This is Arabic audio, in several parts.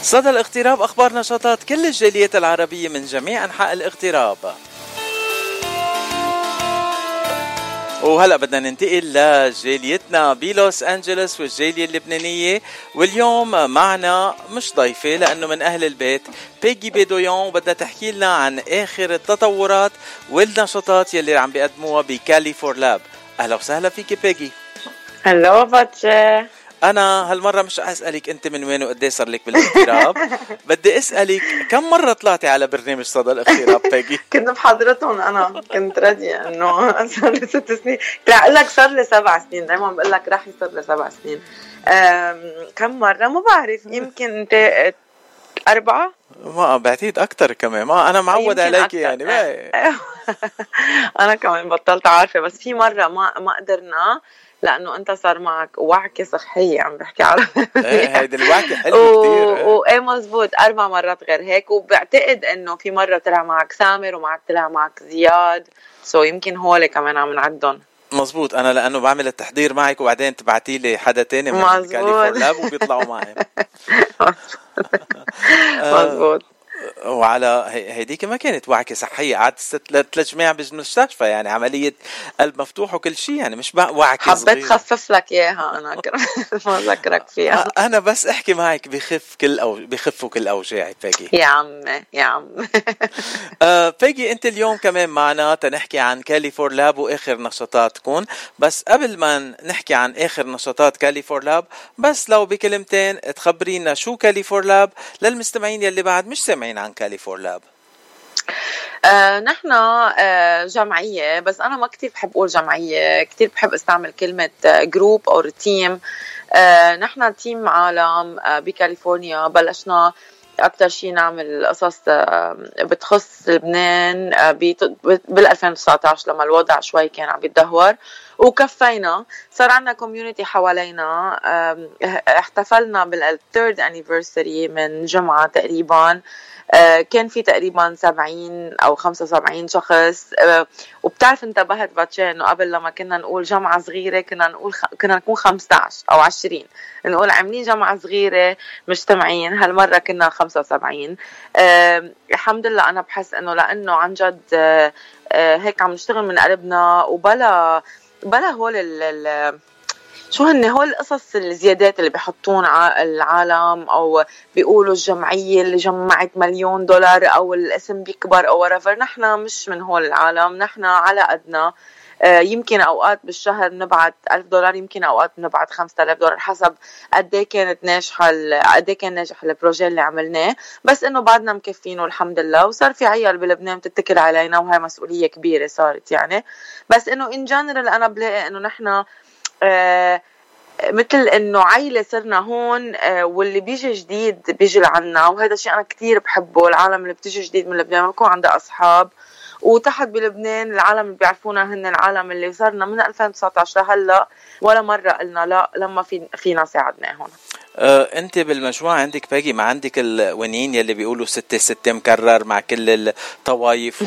صدى الاغتراب، أخبار نشاطات كل الجاليات العربية من جميع أنحاء الاغتراب. وهلأ بدنا ننتقل لجاليتنا بلوس أنجلوس والجالية اللبنانية، واليوم معنا مش ضيفة لأنه من أهل البيت، بيجي بيدويون، وبدنا تحكي لنا عن آخر التطورات والنشاطات يلي عم بيقدموها بكالي فور لاب. أهلا وسهلا فيكي بيجي. هلو باتشا. أنا هالمرة مش أسألك أنت من وين وقديه صار لك بالاغتراب، بدي أسألك كم مرة طلعتي على برنامج صدى الاغتراب بيجي؟ كنت بحضرتهم، أنا كنت راضية إنه صار لي 6 سنين، رح أقول لك صار لي 7 سنين، دايما بقول لك رح يصير لي 7 سنين. كم مرة ما بعرف، يمكن أنت 4. ما بعتقد أكتر كمان، ما أنا معود عليك يعني. أنا كمان بطلت عارفة، بس في مرة ما قدرنا لأنه أنت صار معك وعكة صحية، عم بحكي على هيدا الوعكة حلو كتير. وإيه مزبوط 4 مرات غير هيك، وبعتقد إنه في مرة طلع معك سامر ومعك طلع معك زياد، يمكن هول كمان عم نعدهم. مزبوط، أنا لأنه بعمل التحضير معك وبعدين تبعتي لي حدا تاني من كالي فور لاب وبيطلعوا معي. مزبوط. وعلى هيديك ما كانت وعكة صحية، قعدت 3 جماع بالمستشفى، يعني عملية قلب مفتوح وكل شيء، يعني مش وعكة صغيرة. حبيت خفف لك إياها، أنا ما ذكرك فيها. أنا بس أحكي معك بخفوا كل أوجاعي بيجي. يا عم بيجي أنت اليوم كمان معنا تنحكي عن كالي فور لاب وآخر نشاطاتكم، بس قبل ما نحكي عن آخر نشاطات كالي فور لاب، بس لو بكلمتين تخبرينا شو كالي فور لاب للمستمعين يلي بعد مش سامعين عن كالي فور لاب. نحن جمعية، بس أنا ما كتير بحب أقول جمعية، كتير بحب استعمل كلمة جروب أو تيم. نحن تيم عالم بكاليفورنيا، بلشنا أكتر شيء نعمل قصص بتخص لبنان بال 2019 لما الوضع شوي كان عم يتدهور، وكفينا صار عنا كوميونيتي حوالينا. احتفلنا بالثيرد anniversary من جمعة تقريبا، كان في تقريبا 70 أو 75 شخص. وبتعرف انتبهت باتشي انه قبل لما كنا نقول جمعة صغيرة كنا نكون 15 أو 20، نقول عاملين جمعة صغيرة مجتمعين، هالمرة كنا 75. الحمد لله. أنا بحس انه لأنه عن جد هيك عم نشتغل من قلبنا، وبلا هول شو هن هول القصص الزيادات اللي بيحطون على العالم، او بيقولوا الجمعية اللي جمعت $1,000,000 او الاسم بيكبر او whatever. نحن مش من هول العالم، نحن على قدنا. يمكن اوقات بالشهر نبعت $1,000، يمكن اوقات نبعت $5,000، حسب قديه كانت ناجحة قديه كان ناجح البروجي اللي عملناه، بس انه بعدنا مكفين والحمد لله. وصار في عيال بلبنان تتكل علينا، وهي مسؤولية كبيرة صارت يعني. بس انه in general انا بلاقي انه نحن مثل انه عيلة صرنا هون، واللي بيجي جديد بيجي لعنا، وهذا الشيء انا كتير بحبه. العالم اللي بتيجي جديد من لبنان بكون عندها اصحاب، وتحت بلبنان العالم اللي بيعرفونا هن العالم اللي صارنا من 2019 لهلا ولا مرة قلنا لا لما فينا ساعدناهم. انت بالمجموعة عندك باقي ما عندك الونين يلي بيقولوا 6 مكرر مع كل الطوايف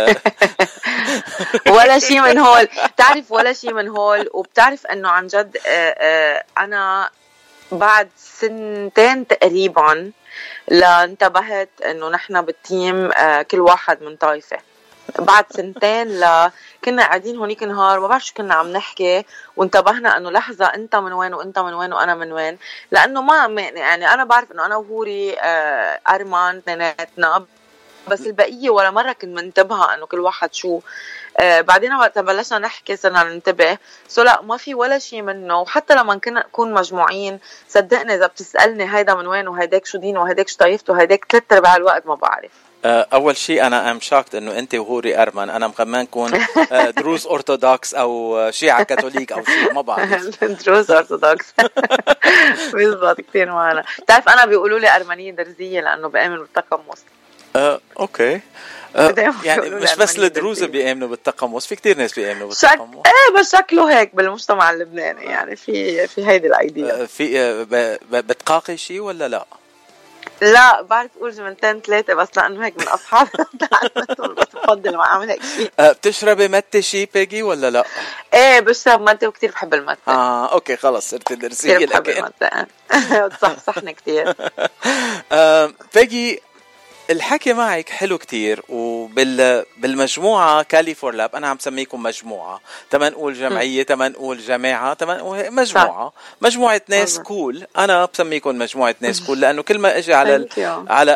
ولا شيء من هول، تعرف ولا شيء من هول. وبتعرف انه عن جد انا بعد 2 تقريبا لانتبهت انه نحن بالتيم كل واحد من طائفة. بعد 2 كنا قاعدين هونيك نهار، ما بعرف شو كنا عم نحكي، وانتبهنا انه لحظة انت من وين وانت من وين وانا من وين. لانه ما يعني انا بعرف انه انا وهوري ارمان اثنيناتنا، بس البقية ولا مرة كنت منتبهة انه كل واحد شو. بعدين وقت بلشنا نحكي صرنا ننتبه، لا ما في ولا شيء منه. وحتى لما كنا نكون مجموعين صدقني اذا بتسألني هيدا من وين وهيداك شو دينه وهيداك شو طايفته وهيداك 3/4 الوقت ما بعرف. اول شيء انا ام شاكت انه انت وهوري ارمن، انا مخمن كون دروز ارثوذكس او شيعة كاثوليك او شيء ما بعرف. دروز ارثوذكس بالضبط كثير معنا. بتعرف انا بيقولوا لي ارمنيه درزيه لانه بامن بالتقمص. اوكي. يعني مش بس الدروز بيامنوا بالتقمص، في كتير ناس بيامنوا بالتقمص. بس شكله هيك بالمجتمع اللبناني، يعني في هيدي الايديا. في بتقاقي شيء ولا لا؟ لا بعرف اقول 2-3 بس لانه هيك من اصحاب بس بفضل ما اعمل هيك شيء. بتشربي متى شي بيجي ولا لا؟ ايه بشرب متى وكتير بحب المتى. اوكي خلاص صرت درسيه كتير بحب المتى. صحني كتير. بيجي الحكي معك حلو كتير، وبالمجموعة كالي فور لاب أنا عم سميكم مجموعة، تما نقول جمعية، تما نقول جماعة، تما نقول مجموعة، مجموعة ناس كول. أنا بسميكم مجموعة ناس كول لأنه كل ما أجي على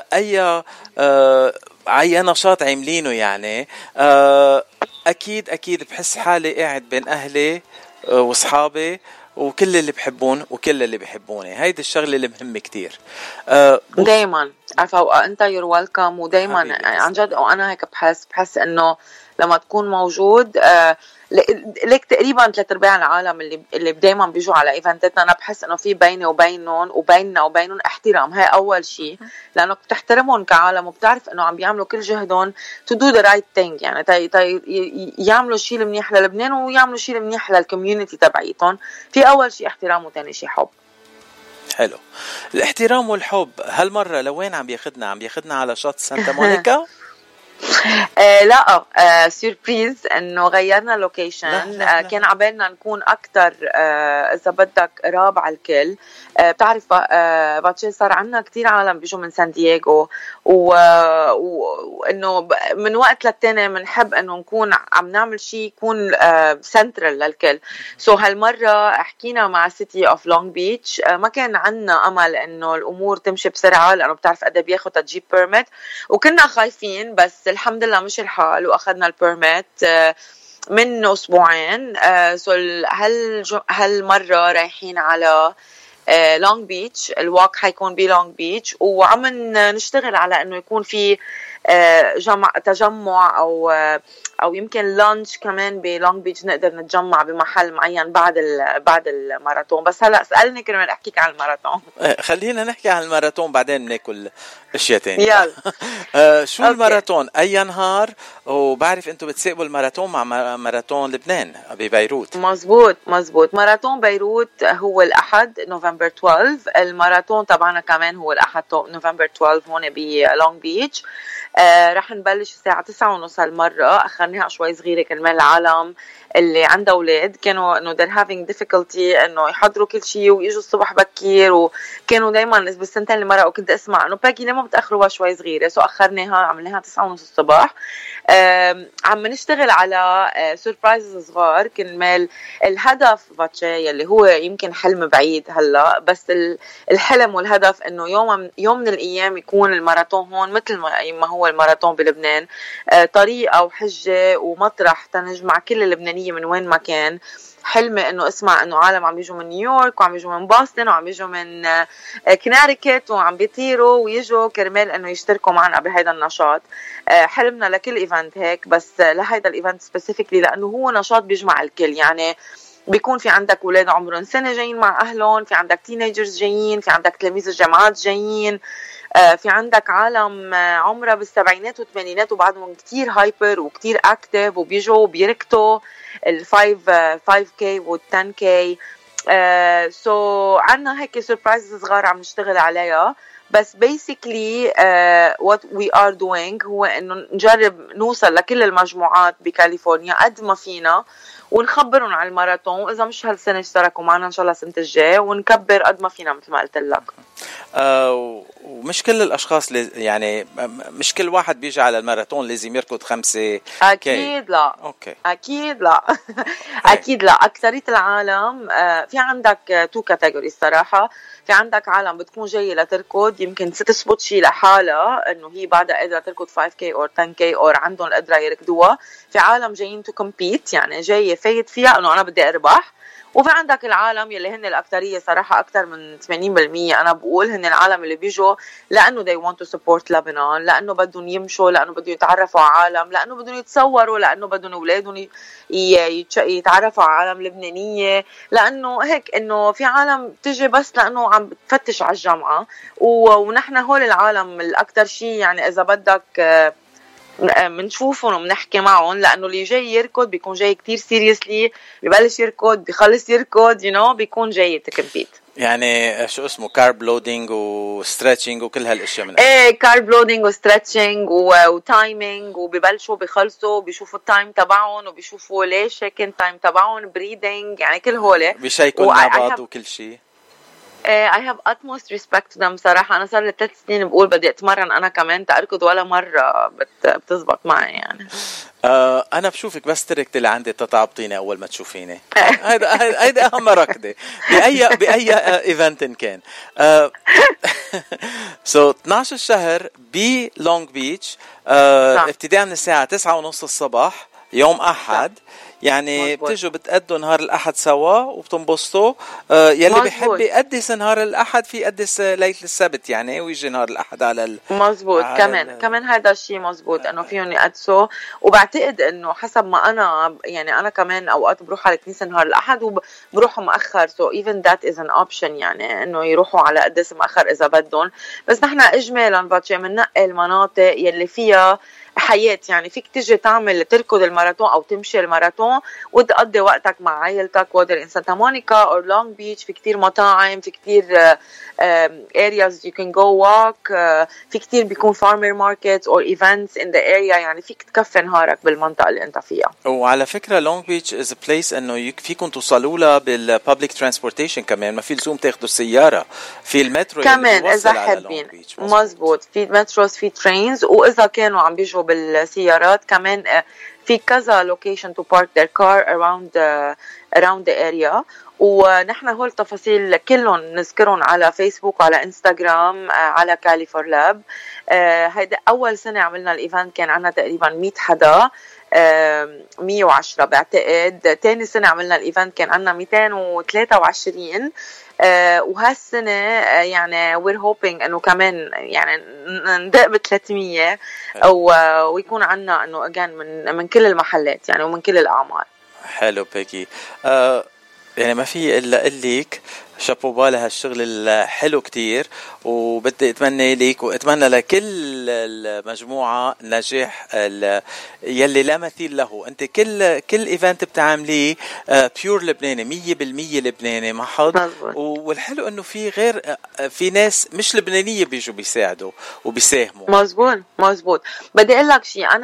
أي نشاط عاملينه يعني أكيد بحس حالي قاعد بين أهلي وصحابي وكل اللي بحبون وكل اللي بيحبوني. هيدي الشغله اللي مهمه كتير. دايما عارفه انت يور ويلكم، ودايما عن جد وانا هيك بحس انه لما تكون موجود ليك تقريبا 3/4 العالم اللي دايما بيجوا على ايفنتاتنا، انا بحس انه في بيني وبينهم وبيننا وبينهم احترام. هاي اول شيء، لانك بتحترمهم كعالم وبتعرف انه عم بيعملوا كل جهدهم to do the right thing، يعني يعملوا الشيء المنيح للبنان ويعملوا الشيء المنيح للكوميونتي تبعيتهم. في اول شيء احترام، وثاني شيء حب. حلو. الاحترام والحب هالمره لوين عم بياخدنا على شط سانتا مونيكا؟ لا سيربريز انه غيرنا لوكيشن. كان عبالنا نكون اكتر اذا بدك قراب على الكل. بتعرف باتشي صار عنا كتير عالم بيجوا من سان دييغو، وانه من وقت للتاني بنحب انه نكون عم نعمل شيء يكون سنترال للكل. سو هالمره حكينا مع سيتي اوف لونج بيتش. ما كان عنا امل انه الامور تمشي بسرعه، لانه بتعرف قد بياخذ تجيب بيرميت، وكنا خايفين، بس الحمد لله مش الحال واخذنا البيرميت من اسبوعين. سو هالمره رايحين على لونج بيتش. الواك حيكون بلونج بيتش، وعم نشتغل على انه يكون في تجمع او يمكن لانش كمان بلونج بيتش، نقدر نتجمع بمحل معين بعد الماراثون. بس هلا سألني كرمال احكيك عن الماراثون. خلينا نحكي عن الماراثون بعدين بناكل اشياء تانية. يلا. شو الماراثون؟ اي نهار؟ وبعرف انتم بتسابقوا الماراثون مع ماراثون لبنان ببيروت. مزبوط. ماراثون بيروت هو الاحد نوفمبر 12. الماراثون تبعنا كمان هو الاحد نوفمبر 12 هون بلونج بيتش. رح نبلش الساعة 9:30 هالمرة. أخرناها شوي صغيرة كرمال العالم اللي عنده أولاد كانوا إنه they're having difficulty إنه يحضروا كل شيء ويجوا الصبح بكير، وكانوا دايما بالسنتين اللي مرة وكنت أسمع إنه باقي لما بتأخروها شوي صغيرة. سو أخرناها عملناها 9:30 الصبح. عم نشتغل على سوربرايز صغار كرمال الهدف باتشي اللي هو يمكن حلم بعيد هلا، بس الحلم والهدف إنه يوم من الأيام يكون الماراثون هون مثل ما هو الماراثون بلبنان، طريقة وحجة ومطرح تنجمع كل اللبنانية من وين ما كان. حلمي انه اسمع انه عالم عم يجوا من نيويورك وعم يجوا من بوسطن وعم يجوا من كناريكت وعم بيطيروا ويجوا كرمال انه يشتركوا معنا بهذا النشاط. حلمنا لكل ايفنت هيك، بس لهيدا الايفنت سبيسيفيكلي لانه هو نشاط بيجمع الكل. يعني بيكون في عندك اولاد عمرهم سنة جايين مع اهلهم، في عندك تينيجرز جايين، في عندك تلاميذ الجامعات جايين، في عندك عالم عمرها بالسبعينات والثمانينات وبعدهم كتير هايبر وكتير اكتف وبيجوا بيركتوا ال 5K وال 10K. سو عنا هيك سوربرايز صغار عم نشتغل عليها. بس basically what we are doing هو انه نجرب نوصل لكل المجموعات بكاليفورنيا قد ما فينا، ونخبرهم على الماراثون، واذا مش هالسنه اشتركوا معنا ان شاء الله السنه الجايه، ونكبر قد ما فينا مثل ما قلت لك. ومش كل الاشخاص يعني مش كل واحد بيجي على الماراثون لازم يركض 5 اكيد لا. اوكي اكيد لا. اكيد لا. اكثريه العالم في عندك 2 كاتيجوري صراحه. في عندك عالم بتكون جايه لتركض يمكن تثبت شيء لحالها انه هي بعدها قادره تركض 5K او 10K او عندهم القدره يركضوها. في عالم جايين تو كومبيت، يعني جايه فايت فيها انه انا بدي اربح. وفي عندك العالم يلي هن الأكترية صراحة أكتر من 80% أنا بقول هن العالم اللي بيجوا لأنه they want to support Lebanon، لأنه بدهم يمشوا، لأنه بدهم يتعرفوا على عالم، لأنه بدهم يتصوروا، لأنه بدهم أولادهم يتعرفوا على عالم لبنانية، لأنه هيك إنه في عالم تجي بس لأنه عم بتفتش على الجامعة. ونحن هول العالم الأكتر شيء يعني إذا بدك منشوفهم ومنحكي معهم، لأنه اللي جاي يركض بيكون جاي كتير سيريسلي، بيبلش يركض بيخلص يركض بيكون جاي تكمبيت. يعني شو اسمه كارب لودينج وستريتشنج وكل هالاشياء من كارب لودينج وستريتشنج وتايمينج، وبيبلشوا بيخلصوا بيشوفوا التايم تبعهم وبيشوفوا ليش هيك التايم تبعهم، بريدنج، يعني كل هول بيشيكوا مع بعض وكل شيء. I have utmost respect to them صراحة. أنا صار لي 3 سنين بقول بدي أتمرن أنا كمان تأركض، ولا مرة بتزبط معي يعني. أنا بشوفك بس تركت اللي عندي تتعبطيني أول ما تشوفيني. هيدا أهم ركضة بأي إيفنت كان. So 12 الشهر بلونج بيتش، ابتداء من الساعة 9:30 الصباح يوم أحد. يعني بتجوا بتقدوا نهار الأحد سوا وبتنبسطوا. يلي بيحب يقدس نهار الأحد في يقدس ليلة السبت يعني، ويجي نهار الأحد على مزبوط. كمان هذا الشيء مزبوط انه فيهم يقدسوا. وبعتقد انه حسب ما انا يعني انا كمان اوقات بروح على الكنيسة نهار الأحد وبروحوا مؤخر. so even that is an option يعني انه يروحوا على قدس مؤخر اذا بدهم. بس نحن اجمالا باتشي بننقي المناطق يلي فيها حياة. يعني فيك تيجي تركض الماراثون أو تمشي الماراثون وتقضي وقتك مع عائلتك، whether in Santa Monica or Long Beach. في كتير مطاعم، في كتير areas you can go walk. في كتير بيكون farmer markets or events in the area. يعني فيك تكفي نهارك بالمنطقة اللي انت فيها. وعلى فكرة Long Beach is a place انه فيكم توصلوا لها بالpublic transportation كمان، ما في لزوم تاخدوا السيارة. في المترو كمان إذا حابين. مزبوط. في متروس، في trains. وإذا كانوا عم بيجوا بالسيارات كمان في كذا location to park their car around the area. ونحن هول التفاصيل كلهم نذكرهم على فيسبوك وعلى انستغرام على كالي فور لاب. هيدا أول سنة عملنا الإيفنت كان عنا تقريبا 100 حدا، 110 بعتقد. تاني سنة عملنا الإيفنت كان عنا 223. وهالسنة يعني we're hoping انه كمان يعني ندق ب 300 ويكون عنا انه again من كل المحلات يعني ومن كل الأعمار. حلو بيكي. يعني ما في إلا قليك شابوبا لهالشغل الحلو كتير، وبدي أتمنى ليك وأتمنى لكل المجموعة نجاح يلي لا مثيل له. أنت كل إيفنت بتعمليه بيور لبناني، 100% لبناني محض. والحلو أنه في ناس مش لبنانية بيجوا بيساعدوا وبيساهموا. مزبوط. بدي أقول لك شيء.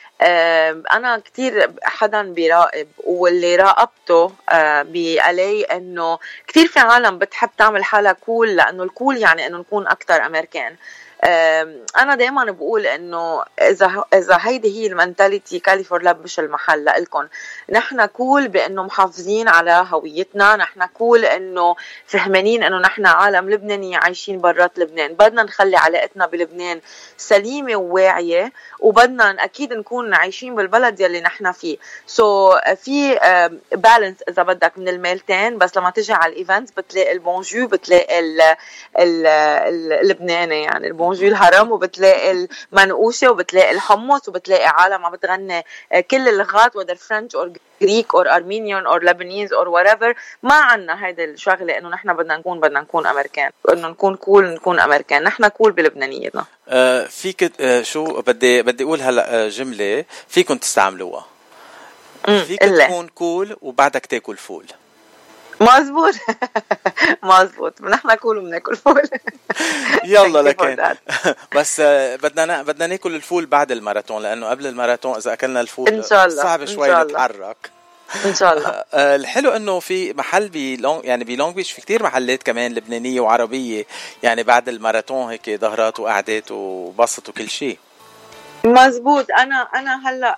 أنا كتير حدا بيراقب، واللي راقبته بقالي إنه كتير في عالم بتحب تعمل حالها كول، لأنه الكول يعني إنه نكون أكتر أمريكان. أنا دايما بقول إنه إذا هيدي هي المنتاليتي كالي فور لاب مش المحل لإلكن. نحن كول بإنه محافظين على هويتنا، نحن كول إنه فهمانين إنه نحن عالم لبناني عايشين برات لبنان. بدنا نخلي علاقتنا بلبنان سليمة وواعية، وبدنا أكيد نكون عايشين بالبلد يلي نحن فيه. في بالانس إذا بدك من الميلتين. بس لما تجي على الإيفنت بتلاقي البونجو، بتلاقي اللبناني يعني البونجو الهرم، وبتلاقي المنقوشة، وبتلاقي الحمص، وبتلاقي عالم عم بتغني كل اللغات whether French or Greek or Armenian or Lebanese or whatever. ما عنا هيدا الشغلة إنه نحن بدنا نكون أمريكان، إنه نكون كول نكون أمريكان. نحن كول بلبنانيتنا. فيك شو بدي أقول هلأ جملة فيكم تستعملوها. فيك تكون كول وبعدك تاكل فول. مزبوط. نحن كول وبناكل فول. يلا لكن بس بدنا ناكل الفول بعد الماراثون، لأنه قبل الماراثون إذا أكلنا الفول إن شاء الله صعب شوي نتحرك. إن شاء الله. الحلو إنه في محل بلونج بيتش في كتير محلات كمان لبنانية وعربية، يعني بعد الماراثون هيك ظهرات وقعدات وبسط وكل شيء. مزبوط. أنا هلأ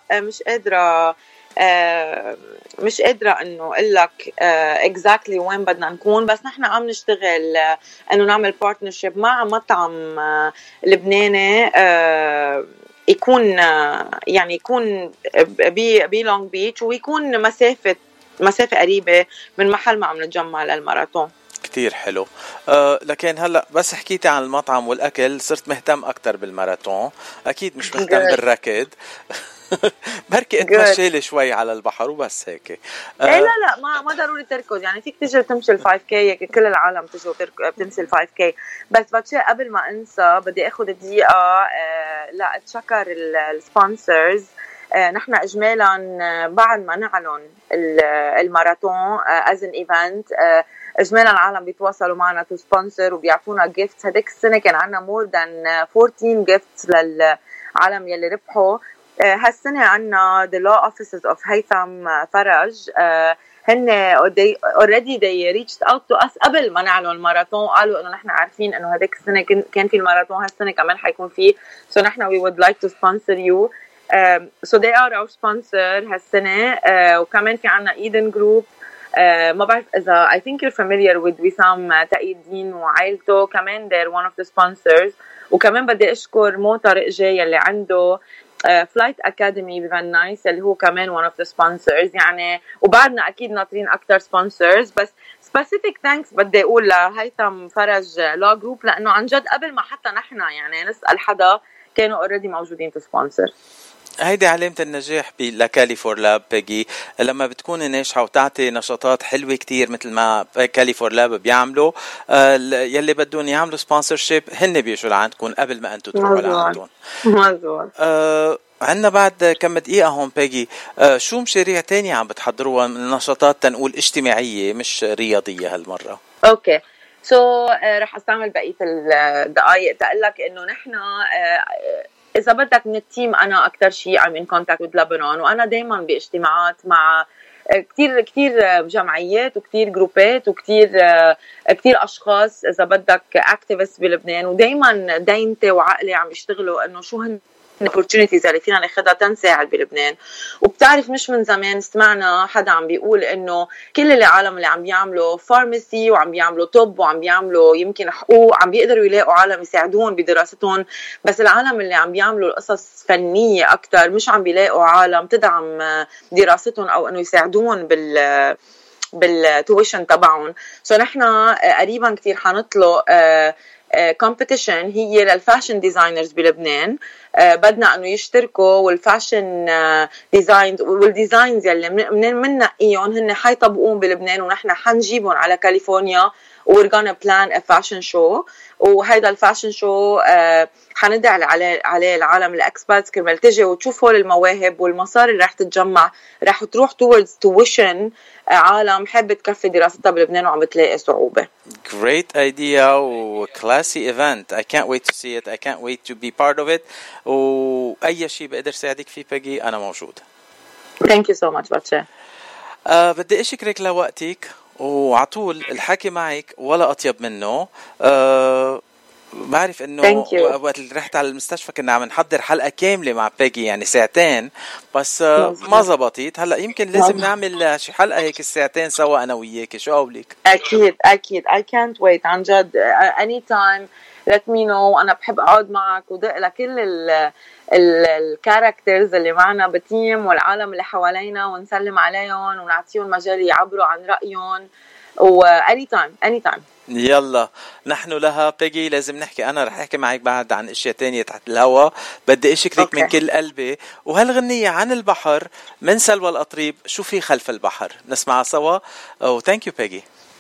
مش قادرة إنه أقول لك exactly وين بدنا نكون. بس نحن عم نشتغل إنه نعمل partnership مع مطعم لبناني يكون يعني يكون بلونج بيتش، ويكون مسافة قريبة من محل ما عم نتجمع للماراثون. كتير حلو. لكن هلأ بس حكيتي عن المطعم والأكل صرت مهتم أكتر بالماراثون. أكيد مش مهتم بالركض. بركي اتمشي شوي على البحر وبس هيك. لا ما ضروري تركض. يعني فيك تيجي تمشي ال 5K. كل العالم بتمشي ال 5K. بس بتشي قبل ما انسى بدي اخذ دقيقة لا اتشكر السبونسرز. نحن اجمالا بعد ما نعلن الماراثون as an event اجمالا العالم بيتواصلوا معنا تو سبونسر وبيعطونا جيفتس. هديك السنة كان عنا more than 14 جيفتس للعالم يلي ربحوا. هالسنة عنا the law offices of هيثم فرج. هن already they reached out to us قبل ما نعلن الماراثون. قالوا انه نحن عارفين انه هذيك السنه كان في الماراثون، هالسنه كمان حيكون فيه، so نحن we would like to sponsor you. So they are our sponsor هالسنه. وكمان في عنا Eden Group. ما بعرف إذا I think you're familiar with وسام تقي الدين وعائلته، كمان they're one of the sponsors. وكمان بدي أشكر مو طارق جاي اللي عنده فلايت أكاديمي بفان نايس اللي هو كمان one of the sponsors يعني. وبعدنا أكيد ناطرين أكتر sponsors، بس specific thanks بدي أقول لهيثم فرج لا جروب، لأنه عن جد قبل ما حتى نحن يعني نسأل حدا كانوا already موجودين to sponsor. هيدي علامة النجاح لكالي فور لاب بيجي، لما بتكون ناجحة وتعطي نشاطات حلوة كتير مثل ما كالي فور لاب بيعملوا. يلي بدون يعملوا سبونسرشيب هن بيجوا لعندكم قبل ما انتوا تروحوا لعندهم. مزبوط. عندنا بعد كم دقيقة هون بيجي. شو مشاريع تانية عم بتحضروها من نشاطات تنقول اجتماعية مش رياضية هالمرة؟ اوكي رح استعمل بقية الدقائق تقلك انه نحن إذا بدك من التيم أنا أكتر شيء I'm in contact with Lebanon، وأنا دايماً باجتماعات مع كتير جمعيات وكتير جروبات وكتير أشخاص إذا بدك activists بلبنان، ودايماً دينتي وعقلي عم يشتغلوا إنه شو هن opportunities اللي فينا ناخدها تنساعد بلبنان. وبتعرف مش من زمان سمعنا حدا عم بيقول انه كل العالم اللي عم بيعملوا فارماسي وعم بيعملوا طب وعم بيعملوا يمكن حقوق عم بيقدروا يلاقوا عالم يساعدون بدراستهم، بس العالم اللي عم بيعملوا القصص فنية اكتر مش عم بيلاقوا عالم تدعم دراستهم او انه يساعدون بالتويشن تبعهم. نحن قريبا كتير حنطلق competition هي للفاشن ديزاينرز بلبنان. بدنا انه يشتركوا والفاشن ديزاينز والديزاينز يلي مننقيهم هن حيطبقون بلبنان، ونحن حنجيبهم على كاليفورنيا we're gonna plan a fashion show. وهيدا الفاشن شو حندعي عليه العالم الاكسباتس كرمال تجي وتشوف هول المواهب، والمصاري اللي رح تتجمع رح تروح towards tuition عالم حابة تكفي دراستها بلبنان وعم بتلاقي صعوبة. Great idea و classy event. I can't wait to see it. I can't wait to be part of it. وأي شيء بقدر ساعدك فيه بيجي أنا موجود. Thank you so much باتشا. بدي أشكرك لوقتك، وعطول الحكي معك ولا أطيب منه. بعرف انه وقت اللي رحت على المستشفى كنا عم نحضر حلقة كاملة مع بيجي يعني ساعتين، بس ما زبطت. هلا يمكن لازم نعمل شي حلقة هيك الساعتين سوا انا وياك. شو قولك؟ اكيد I can't wait عن جد. anytime let me know. انا بحب اقعد معك ودق لكل الكاركترز اللي معنا بتيم والعالم اللي حوالينا ونسلم عليهم ونعطيهم مجال يعبروا عن رأيهم. anytime. يلا نحن لها بيجي لازم نحكي. أنا رح أحكي معك بعد عن أشياء تانية تحت الهواء. بدي أشكرك من كل قلبي. وهالغنية عن البحر من سلوى القطريب، شو في خلف البحر، نسمعها سوا. Thank you بيجي.